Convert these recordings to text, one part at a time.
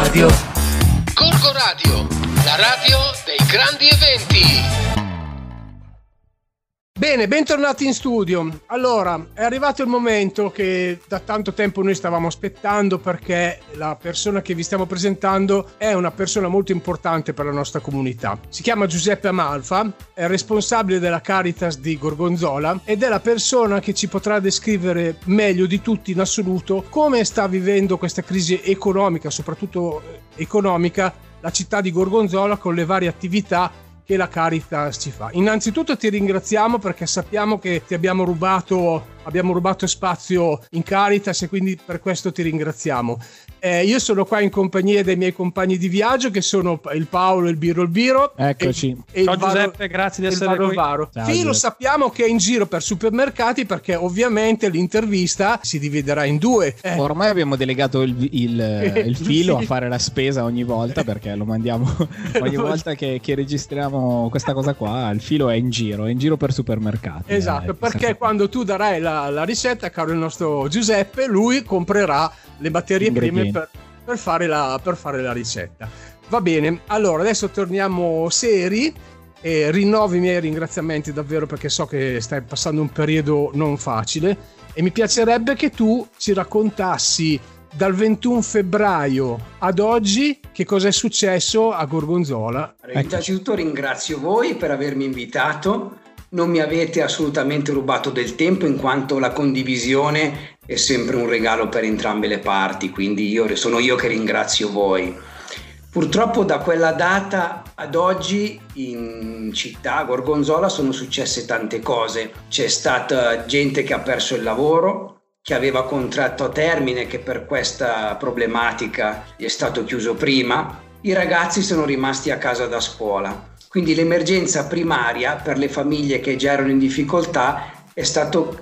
Radio. Gorgo Radio, la radio dei grandi eventi. Bene, bentornati in studio. Allora, è arrivato il momento che da tanto tempo noi stavamo aspettando, perché la persona che vi stiamo presentando è una persona molto importante per la nostra comunità. Si chiama Giuseppe Amalfa, è responsabile della Caritas di Gorgonzola ed è la persona che ci potrà descrivere meglio di tutti in assoluto come sta vivendo questa crisi economica, soprattutto economica, la città di Gorgonzola con le varie attività che la Caritas ci fa. Innanzitutto ti ringraziamo perché sappiamo che ti abbiamo rubato spazio in Caritas e quindi per questo ti ringraziamo. Io sono qua in compagnia dei miei compagni di viaggio che sono il Paolo e il Biro. Eccoci. Ciao Giuseppe, grazie di essere qui. Ciao, Filo, sappiamo che è in giro per supermercati perché ovviamente l'intervista si dividerà in due. Ormai abbiamo delegato il Filo a fare la spesa ogni volta perché lo mandiamo ogni volta che registriamo questa cosa qua. Il Filo è in giro per supermercati. Esatto, perché quando tu darai la ricetta, caro il nostro Giuseppe, lui comprerà le materie prime per fare la ricetta. Va bene, allora adesso torniamo seri e rinnovo i miei ringraziamenti davvero perché so che stai passando un periodo non facile e mi piacerebbe che tu ci raccontassi dal 21 febbraio ad oggi che cosa è successo a Gorgonzola. Innanzitutto ringrazio voi per avermi invitato. Non mi avete assolutamente rubato del tempo in quanto la condivisione è sempre un regalo per entrambe le parti, quindi sono io che ringrazio voi. Purtroppo da quella data ad oggi in città Gorgonzola sono successe tante cose. C'è stata gente che ha perso il lavoro, che aveva contratto a termine, che per questa problematica è stato chiuso prima. I ragazzi sono rimasti a casa da scuola. Quindi l'emergenza primaria per le famiglie che già erano in difficoltà è stato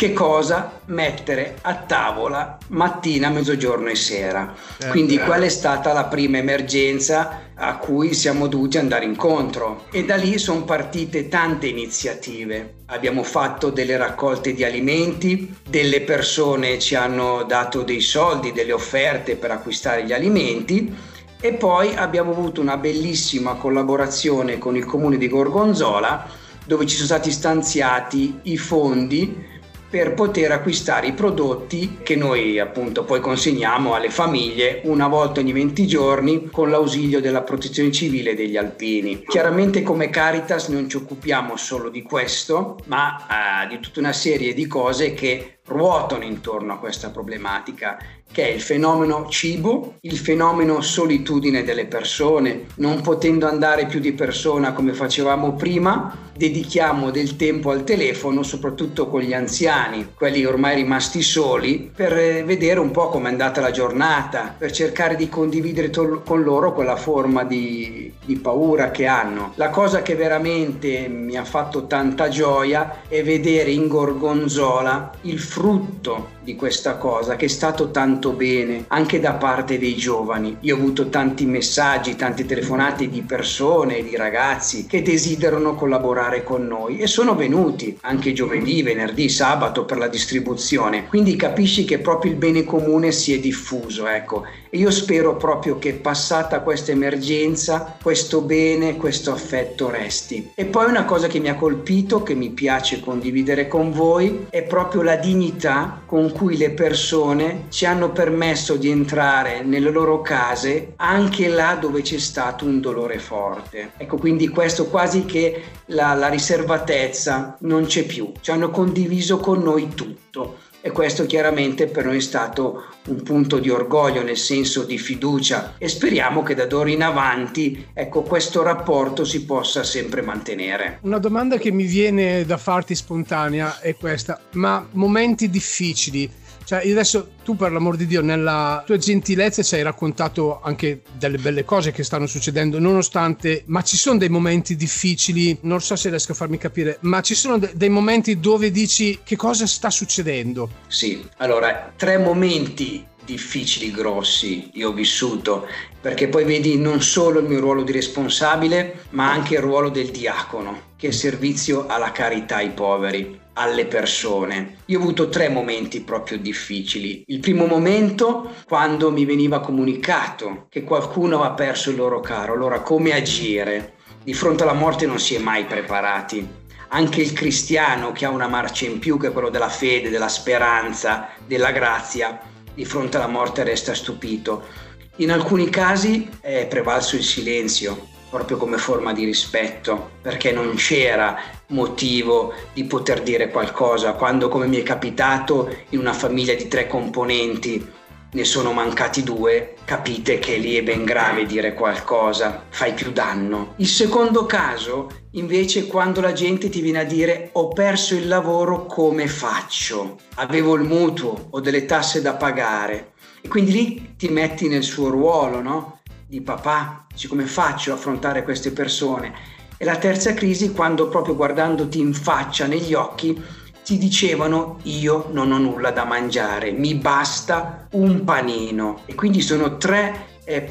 mettere a tavola mattina, mezzogiorno e sera. Quindi quella è stata la prima emergenza a cui siamo dovuti andare incontro e da lì sono partite tante iniziative. Abbiamo fatto delle raccolte di alimenti, delle persone ci hanno dato dei soldi, delle offerte per acquistare gli alimenti. E poi abbiamo avuto una bellissima collaborazione con il comune di Gorgonzola dove ci sono stati stanziati i fondi per poter acquistare i prodotti che noi appunto poi consegniamo alle famiglie una volta ogni 20 giorni con l'ausilio della protezione civile e degli alpini. Chiaramente come Caritas non ci occupiamo solo di questo, ma di tutta una serie di cose che ruotano intorno a questa problematica, che è il fenomeno cibo, il fenomeno solitudine delle persone. Non potendo andare più di persona come facevamo prima, dedichiamo del tempo al telefono, soprattutto con gli anziani, quelli ormai rimasti soli, per vedere un po' com'è andata la giornata, per cercare di condividere con loro quella forma di paura che hanno. La cosa che veramente mi ha fatto tanta gioia è vedere in Gorgonzola il frutto di questa cosa, che è stato tanto bene anche da parte dei giovani. Io ho avuto tanti messaggi, tante telefonate di persone, di ragazzi che desiderano collaborare con noi e sono venuti anche giovedì, venerdì, sabato per la distribuzione. Quindi capisci che proprio il bene comune si è diffuso, ecco. E io spero proprio che passata questa emergenza, questo bene, questo affetto resti. E poi una cosa che mi ha colpito, che mi piace condividere con voi, è proprio la dignità con cui le persone ci hanno permesso di entrare nelle loro case anche là dove c'è stato un dolore forte. Ecco, quindi questo quasi che la riservatezza non c'è più. Ci hanno condiviso con noi tutto. E questo chiaramente per noi è stato un punto di orgoglio, nel senso di fiducia, e speriamo che da d'ora in avanti, ecco, questo rapporto si possa sempre mantenere. Una domanda che mi viene da farti spontanea è questa: ma momenti difficili? Cioè, adesso tu, per l'amor di Dio, nella tua gentilezza ci hai raccontato anche delle belle cose che stanno succedendo, nonostante, ma ci sono dei momenti difficili, non so se riesco a farmi capire, ma ci sono dei momenti dove dici che cosa sta succedendo? Sì, allora, 3 momenti difficili, grossi, io ho vissuto, perché poi vedi non solo il mio ruolo di responsabile, ma anche il ruolo del diacono, che è servizio alla carità ai poveri. alle persone. Io ho avuto 3 momenti proprio difficili. Il primo momento, quando mi veniva comunicato che qualcuno aveva perso il loro caro. Allora, come agire? Di fronte alla morte non si è mai preparati. Anche il cristiano, che ha una marcia in più, che è quello della fede, della speranza, della grazia, di fronte alla morte resta stupito. In alcuni casi è prevalso il silenzio, proprio come forma di rispetto, perché non c'era motivo di poter dire qualcosa. Quando, come mi è capitato, in una famiglia di 3 componenti ne sono mancati 2, capite che lì è ben grave dire qualcosa, fai più danno. Il secondo caso, invece, quando la gente ti viene a dire: ho perso il lavoro, come faccio? Avevo il mutuo, ho delle tasse da pagare. E quindi lì ti metti nel suo ruolo, no? Di papà, dici: come faccio a affrontare queste persone? E la terza crisi, quando proprio guardandoti in faccia, negli occhi, ti dicevano: io non ho nulla da mangiare, mi basta un panino. E quindi sono 3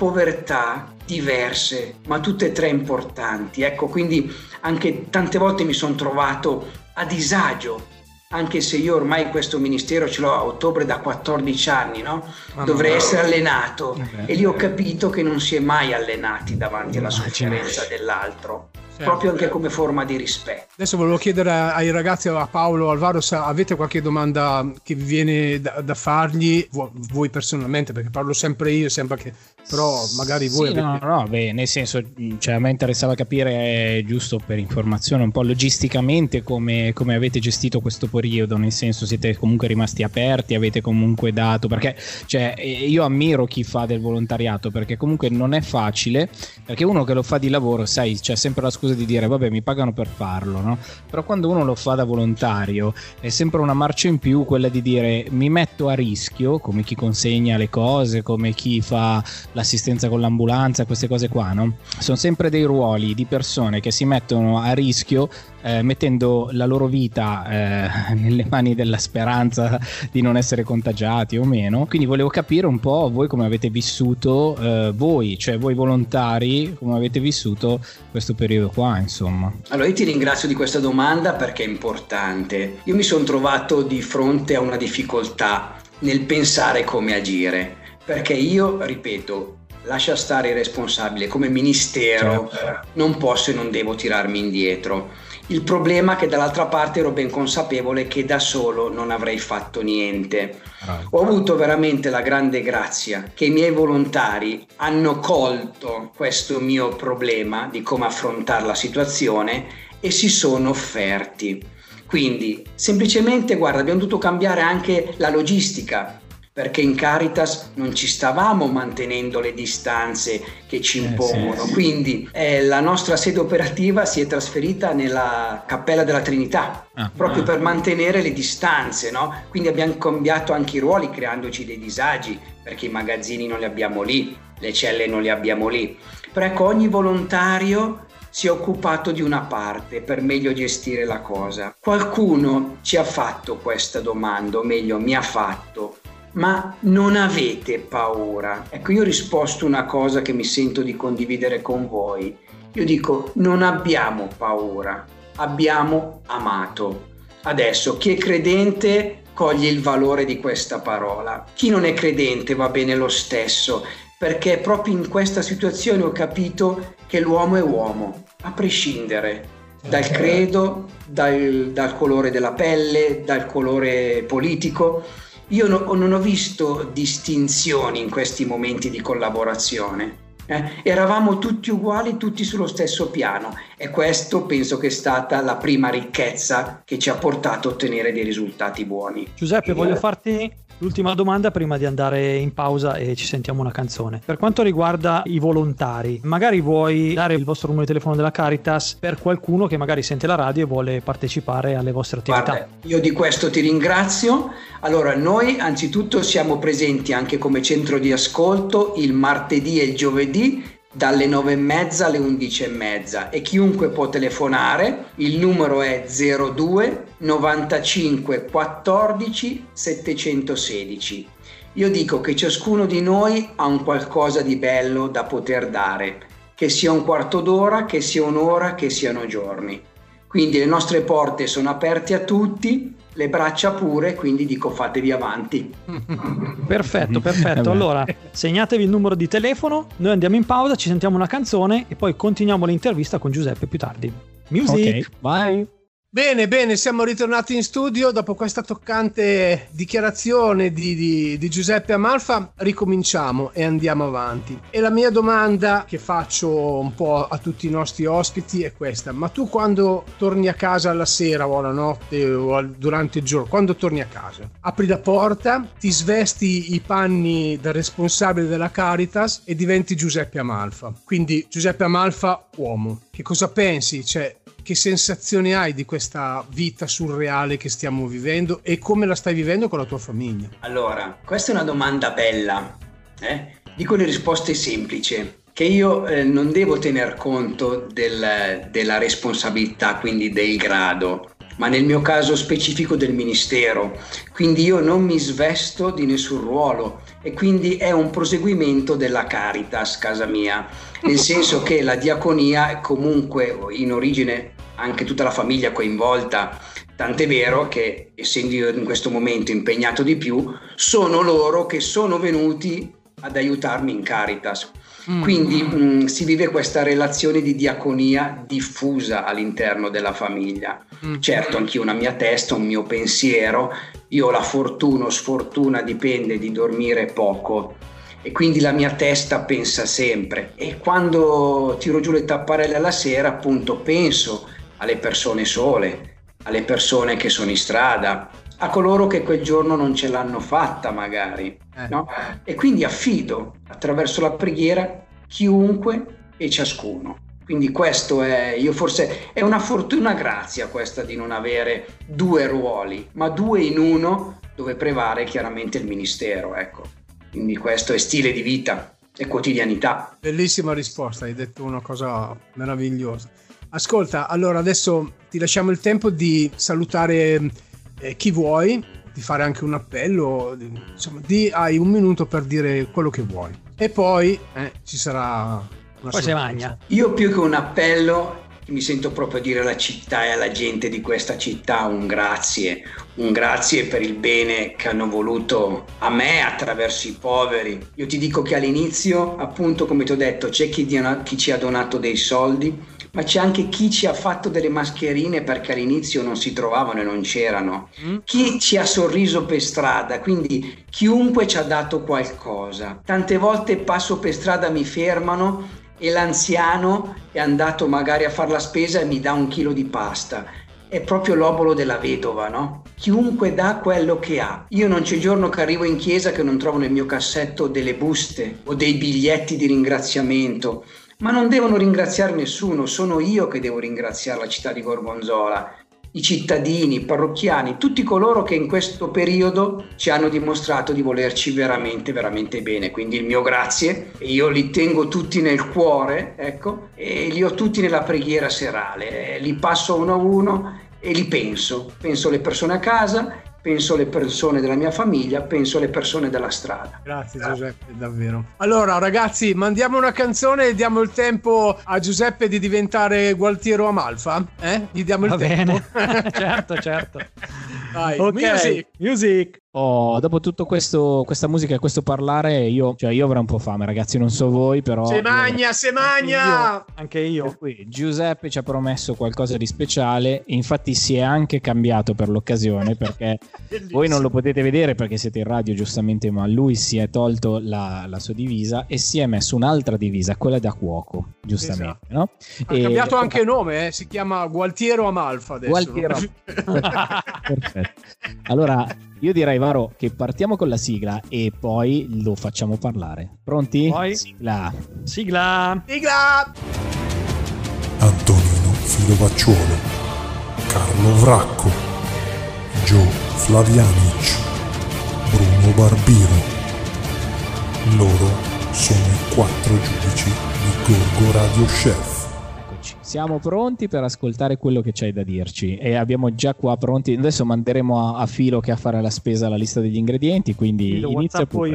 povertà diverse, ma tutte e 3 importanti. Ecco, quindi anche tante volte mi sono trovato a disagio, anche se io ormai questo ministero ce l'ho a ottobre da 14 anni, no? Dovrei essere allenato, e lì ho capito che non si è mai allenati davanti alla sofferenza dell'altro. Proprio anche come forma di rispetto. Adesso volevo chiedere ai ragazzi, a Paolo, Alvaro, se avete qualche domanda che vi viene da fargli, voi personalmente, perché parlo sempre io, sembra che però magari voi sì, avete... nel senso, cioè, a me interessava capire, giusto per informazione, un po' logisticamente come avete gestito questo periodo, nel senso, siete comunque rimasti aperti, avete comunque dato, perché cioè, io ammiro chi fa del volontariato, perché comunque non è facile, perché uno che lo fa di lavoro, sai, c'è sempre la scusa di dire vabbè, mi pagano per farlo, no? Però quando uno lo fa da volontario è sempre una marcia in più, quella di dire mi metto a rischio, come chi consegna le cose, come chi fa l'assistenza con l'ambulanza, queste cose qua, no? Sono sempre dei ruoli di persone che si mettono a rischio, mettendo la loro vita nelle mani della speranza di non essere contagiati o meno. Quindi volevo capire un po' voi come avete vissuto, voi volontari, come avete vissuto questo periodo qua, insomma. Allora, io ti ringrazio di questa domanda perché è importante. Io mi sono trovato di fronte a una difficoltà nel pensare come agire, perché io, ripeto, lascia stare il responsabile, come ministero non posso e non devo tirarmi indietro. Il problema è che dall'altra parte ero ben consapevole che da solo non avrei fatto niente. Ho avuto veramente la grande grazia che i miei volontari hanno colto questo mio problema di come affrontare la situazione e si sono offerti. Quindi semplicemente, guarda, abbiamo dovuto cambiare anche la logistica, perché in Caritas non ci stavamo mantenendo le distanze che ci impongono. Sì. Quindi la nostra sede operativa si è trasferita nella Cappella della Trinità, proprio per mantenere le distanze, no? Quindi abbiamo cambiato anche i ruoli, creandoci dei disagi, perché i magazzini non li abbiamo lì, le celle non le abbiamo lì. Però ecco, ogni volontario si è occupato di una parte per meglio gestire la cosa. Qualcuno ci ha fatto questa domanda, o meglio mi ha fatto: ma non avete paura? Ecco, io ho risposto una cosa che mi sento di condividere con voi. Io dico: non abbiamo paura, abbiamo amato. Adesso chi è credente coglie il valore di questa parola, chi non è credente va bene lo stesso, perché proprio in questa situazione ho capito che l'uomo è uomo, a prescindere dal credo, dal colore della pelle, dal colore politico. Io non ho visto distinzioni in questi momenti di collaborazione. Eravamo tutti uguali, tutti sullo stesso piano, e questo penso che è stata la prima ricchezza che ci ha portato a ottenere dei risultati buoni. Giuseppe, voglio farti l'ultima domanda prima di andare in pausa e ci sentiamo una canzone. Per quanto riguarda i volontari, magari vuoi dare il vostro numero di telefono della Caritas per qualcuno che magari sente la radio e vuole partecipare alle vostre attività? Guarda, io di questo ti ringrazio. Allora, noi anzitutto siamo presenti anche come centro di ascolto il martedì e il giovedì dalle 9:30 alle 11:30, e chiunque può telefonare. Il numero è 02 95 14 716. Io dico che ciascuno di noi ha un qualcosa di bello da poter dare, che sia un quarto d'ora, che sia un'ora, che siano giorni. quindi le nostre porte sono aperte a tutti, le braccia pure, quindi dico fatevi avanti. Perfetto. Allora segnatevi il numero di telefono, noi andiamo in pausa, ci sentiamo una canzone e poi continuiamo l'intervista con Giuseppe più tardi. Music. Ok, vai. Bene, siamo ritornati in studio dopo questa toccante dichiarazione di Giuseppe Amalfa. Ricominciamo e andiamo avanti. E la mia domanda che faccio un po' a tutti i nostri ospiti è questa: ma tu quando torni a casa alla sera o alla notte o durante il giorno, quando torni a casa, apri la porta, ti svesti i panni da responsabile della Caritas e diventi Giuseppe Amalfa, quindi Giuseppe Amalfa uomo, che cosa pensi? Cioè, che sensazioni hai di questa vita surreale che stiamo vivendo e come la stai vivendo con la tua famiglia? Allora, questa è una domanda bella. Dico le risposte semplici, che io non devo tener conto della responsabilità, quindi del grado, ma nel mio caso specifico del ministero. Quindi io non mi svesto di nessun ruolo e quindi è un proseguimento della Caritas, casa mia, nel senso che la diaconia è comunque in origine anche tutta la famiglia coinvolta, tant'è vero che, essendo io in questo momento impegnato di più, sono loro che sono venuti ad aiutarmi in Caritas. Quindi si vive questa relazione di diaconia diffusa all'interno della famiglia. Certo, anch'io ho una mia testa, un mio pensiero, io ho la fortuna o sfortuna, dipende, di dormire poco e quindi la mia testa pensa sempre, e quando tiro giù le tapparelle alla sera appunto penso alle persone sole, alle persone che sono in strada, a coloro che quel giorno non ce l'hanno fatta magari, no? E quindi affido attraverso la preghiera chiunque e ciascuno. Quindi questo è, io forse è una fortuna, grazia questa di non avere due ruoli, ma due in uno, dove prevale chiaramente il ministero, ecco. Quindi questo è stile di vita e quotidianità. Bellissima risposta, hai detto una cosa meravigliosa. Ascolta, allora adesso ti lasciamo il tempo di salutare chi vuoi, di fare anche un appello, insomma, hai un minuto per dire quello che vuoi e poi ci sarà una poi si magna. Io più che un appello mi sento proprio dire alla città e alla gente di questa città un grazie per il bene che hanno voluto a me attraverso i poveri. Io ti dico che all'inizio, appunto, come ti ho detto, c'è chi ci ha donato dei soldi, ma c'è anche chi ci ha fatto delle mascherine perché all'inizio non si trovavano e non c'erano, chi ci ha sorriso per strada, quindi chiunque ci ha dato qualcosa. Tante volte passo per strada, mi fermano e l'anziano è andato magari a fare la spesa e mi dà 1 chilo di pasta. È proprio l'obolo della vedova, no? Chiunque dà quello che ha. Io non c'è giorno che arrivo in chiesa che non trovo nel mio cassetto delle buste o dei biglietti di ringraziamento. Ma non devono ringraziare nessuno, sono io che devo ringraziare la città di Gorgonzola, i cittadini, i parrocchiani, tutti coloro che in questo periodo ci hanno dimostrato di volerci veramente, veramente bene. Quindi il mio grazie, e io li tengo tutti nel cuore, ecco, e li ho tutti nella preghiera serale, li passo uno a uno e li penso alle persone a casa, penso alle persone della mia famiglia, penso alle persone della strada. Grazie Giuseppe, davvero. Allora ragazzi, mandiamo una canzone e diamo il tempo a Giuseppe di diventare Gualtiero Amalfa? Gli diamo il tempo? Bene. certo. Dai, ok, music. Dopo tutto questa musica e questo parlare, io avrei un po' fame, ragazzi, non so voi, però se magna! Anche io. Qui Giuseppe ci ha promesso qualcosa di speciale, infatti si è anche cambiato per l'occasione, perché voi non lo potete vedere perché siete in radio, giustamente, ma lui si è tolto la sua divisa e si è messo un'altra divisa, quella da cuoco, giustamente, esatto. No? Ha cambiato anche nome, si chiama Gualtiero Amalfa adesso. Gualtiero. Perfetto. Allora io direi, Varo, che partiamo con la sigla e poi lo facciamo parlare. Pronti? Poi. Sigla. Antonino Filovacciuolo, Carlo Vracco, Gio Flavianic, Bruno Barbiro. Loro sono i 4 giudici di Gorgo Radio Chef. Eccoci. Siamo pronti per ascoltare quello che c'hai da dirci e abbiamo già qua pronti. Adesso manderemo a Filo che a fare la spesa la lista degli ingredienti, quindi inizia pure.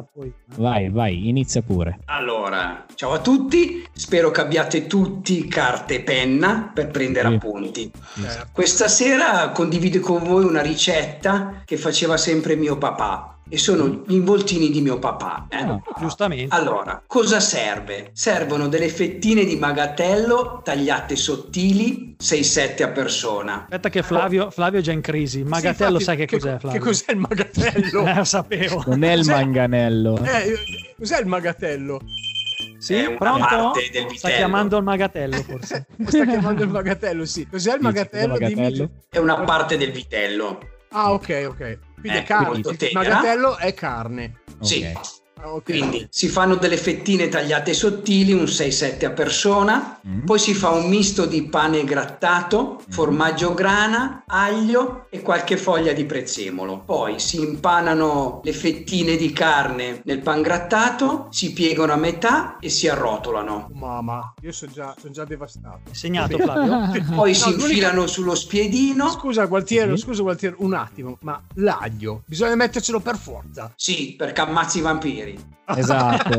Vai, inizia pure. Allora, ciao a tutti, spero che abbiate tutti carta e penna per prendere appunti. Questa sera condivido con voi una ricetta che faceva sempre mio papà. E sono gli involtini di mio papà. Giustamente. Allora, cosa serve? Servono delle fettine di magatello tagliate sottili, 6-7 a persona. Aspetta che Flavio è già in crisi. Il magatello, sì, sai che cos'è, Flavio? Che cos'è il magatello? Lo sapevo. Non è il manganello. Cos'è il magatello? Sì, è una pronto? parte del vitello. Sta chiamando il magatello, forse. Sta chiamando il magatello, sì. Cos'è il magatello? Dimmi. È una parte del vitello. Ah, ok. Quindi è carne. Il magatello è carne. Sì. Okay. Quindi si fanno delle fettine tagliate sottili, un 6-7 a persona, poi si fa un misto di pane grattato, formaggio grana, aglio e qualche foglia di prezzemolo. Poi si impanano le fettine di carne nel pan grattato, si piegano a metà e si arrotolano. Mamma, io sono già devastato. Segnato, Flavio? Poi si infilano sullo spiedino. Scusa Gualtiero, un attimo, ma l'aglio bisogna mettercelo per forza? Sì, perché ammazzi i vampiri. Esatto,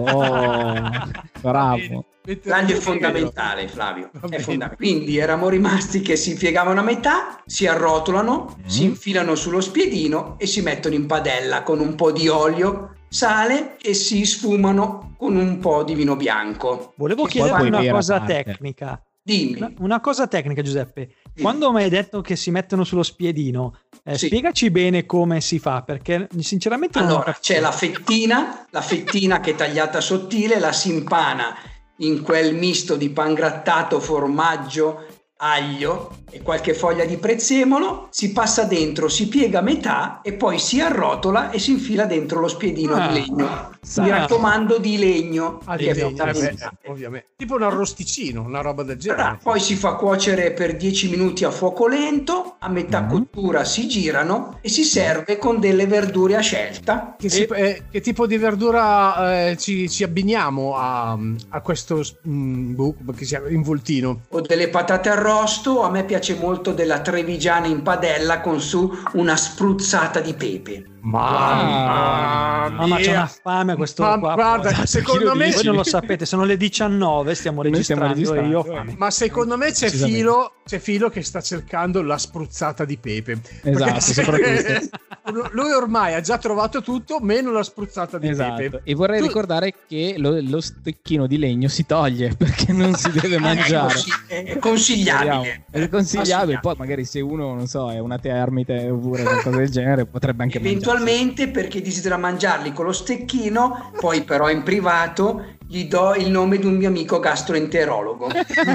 bravo. L'aglio è fondamentale, Flavio, è fondamentale. Quindi eravamo rimasti che si piegavano a metà, si arrotolano, si infilano sullo spiedino e si mettono in padella con un po' di olio, sale e si sfumano con un po' di vino bianco. Volevo chiederti una cosa tecnica. Dimmi. Una cosa tecnica, Giuseppe. Dimmi. Quando mi hai detto che si mettono sullo spiedino, sì. Spiegaci bene come si fa, perché sinceramente non allora c'è la fettina che è tagliata sottile, la si impana in quel misto di pan grattato, formaggio, aglio e qualche foglia di prezzemolo, si passa dentro, si piega a metà e poi si arrotola e si infila dentro lo spiedino di legno. Mi raccomando, di legno, che è ovviamente tipo un arrosticino, una roba del genere. Poi si fa cuocere per 10 minuti a fuoco lento, a metà cottura si girano e si serve con delle verdure a scelta. Che tipo di verdura ci abbiniamo a questo che sia involtino? O delle patate arrosto, a me piace molto della trevigiana in padella con su una spruzzata di pepe. Mamma, c'è una fame questo qua. Guarda, secondo me voi non lo sapete, sono le 19, stiamo registrando e io ho fame. Ma secondo me c'è Filo che sta cercando la spruzzata di pepe. Esatto, soprattutto. Lui ormai ha già trovato tutto meno la spruzzata di pepe. E vorrei ricordare che lo stecchino di legno si toglie perché non si deve mangiare. È consigliabile. È consigliabile. Poi magari se uno, non so, è una termite oppure qualcosa del genere, potrebbe anche mangiare. Eventualmente, perché desidera mangiarli con lo stecchino, poi però in privato gli do il nome di un mio amico gastroenterologo.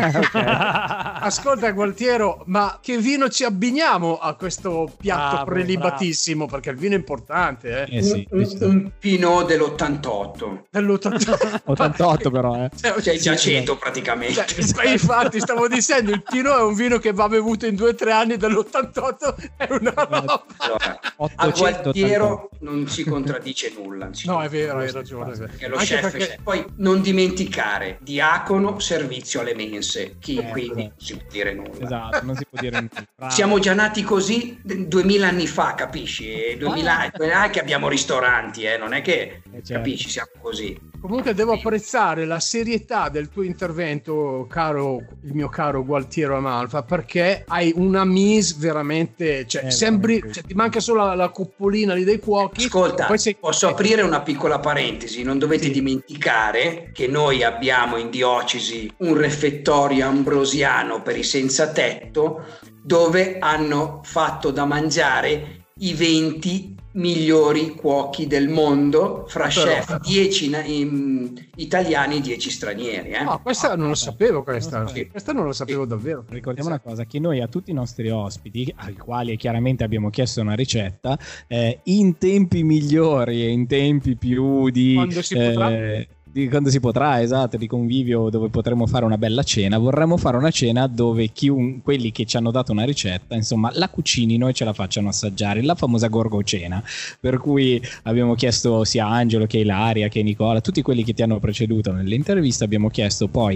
Ascolta Gualtiero, ma che vino ci abbiniamo a questo piatto prelibatissimo? Perché il vino è importante, sì, un Pinot dell'88. 88 però, Cioè il giaceto praticamente. Infatti stavo dicendo, il Pinot è un vino che va bevuto in 2 o 3 anni, dell'88 è una roba. Allora, a Gualtiero non si contraddice nulla. No, è vero, hai ragione. Perché lo chef poi non dimenticare, diacono, servizio alle mense. Quindi non si può dire nulla. Esatto, non si può dire nulla. Siamo già nati così 2000 anni fa, capisci? 2000 che abbiamo ristoranti, non è che capisci, siamo così. Comunque devo apprezzare la serietà del tuo intervento, il mio caro Gualtiero Amalfa, perché hai una mise veramente, sembri, ti manca solo la coppolina lì dei cuochi. Ascolta, posso aprire una piccola parentesi? Non dovete dimenticare che noi abbiamo in diocesi un refettorio ambrosiano per i senza tetto, dove hanno fatto da mangiare i 20 migliori cuochi del mondo, fra chef 10 italiani e 10 stranieri. Questa non lo sapevo, questa non lo sapevo davvero. Ricordiamo una cosa, che noi a tutti i nostri ospiti, ai quali chiaramente abbiamo chiesto una ricetta, in tempi migliori e in tempi più di quando si potrà, di quando si potrà, esatto, di convivio dove potremo fare una bella cena. Vorremmo fare una cena dove quelli che ci hanno dato una ricetta, insomma, la cucinino e ce la facciano assaggiare, la famosa gorgocena, per cui abbiamo chiesto sia a Angelo che a Ilaria che a Nicola, tutti quelli che ti hanno preceduto nell'intervista, abbiamo chiesto poi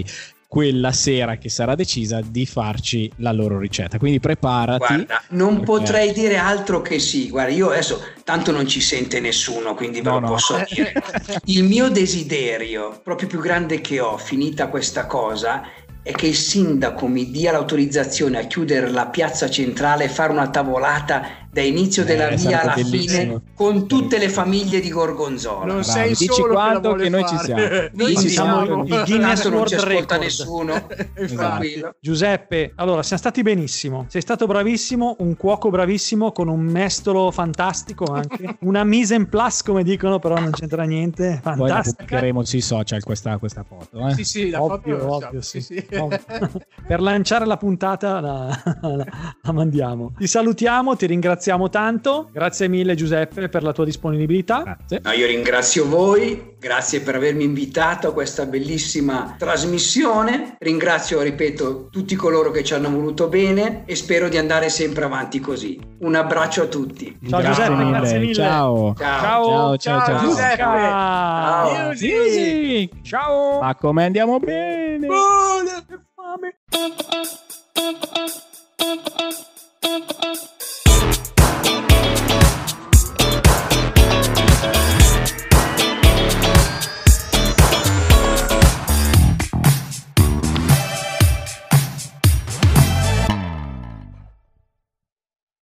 quella sera che sarà decisa di farci la loro ricetta. Quindi preparati. Guarda, non potrei dire altro che sì. Guarda, io adesso tanto non ci sente nessuno, quindi ve lo posso dire. Il mio desiderio, proprio più grande che ho, finita questa cosa, è che il sindaco mi dia l'autorizzazione a chiudere la piazza centrale e fare una tavolata da inizio della via alla fine con tutte le famiglie di Gorgonzola. Non sei solo quanto che noi ci siamo. Noi ci siamo, il Guinness non ci World ascolta Record. nessuno. Tranquillo. Giuseppe, allora siamo stati benissimo, sei stato bravissimo, un cuoco bravissimo con un mestolo fantastico, anche una mise en place come dicono, però non c'entra niente. Poi la Fantastica. pubblicheremo sui social questa foto. Sì, la Ovvio, foto ovvio, sì. sì. Ovvio. Per lanciare la puntata la mandiamo. Ti salutiamo, ti ringraziamo tanto. Grazie mille Giuseppe per la tua disponibilità. Grazie. No, io ringrazio voi, grazie per avermi invitato a questa bellissima trasmissione. Ringrazio, ripeto, tutti coloro che ci hanno voluto bene e spero di andare sempre avanti così. Un abbraccio a tutti. Ciao Giuseppe, grazie mille. Ciao. Ciao. Ciao. Giuseppe. Ciao. Music. Ciao. Ma come andiamo bene? Buone. Che fame.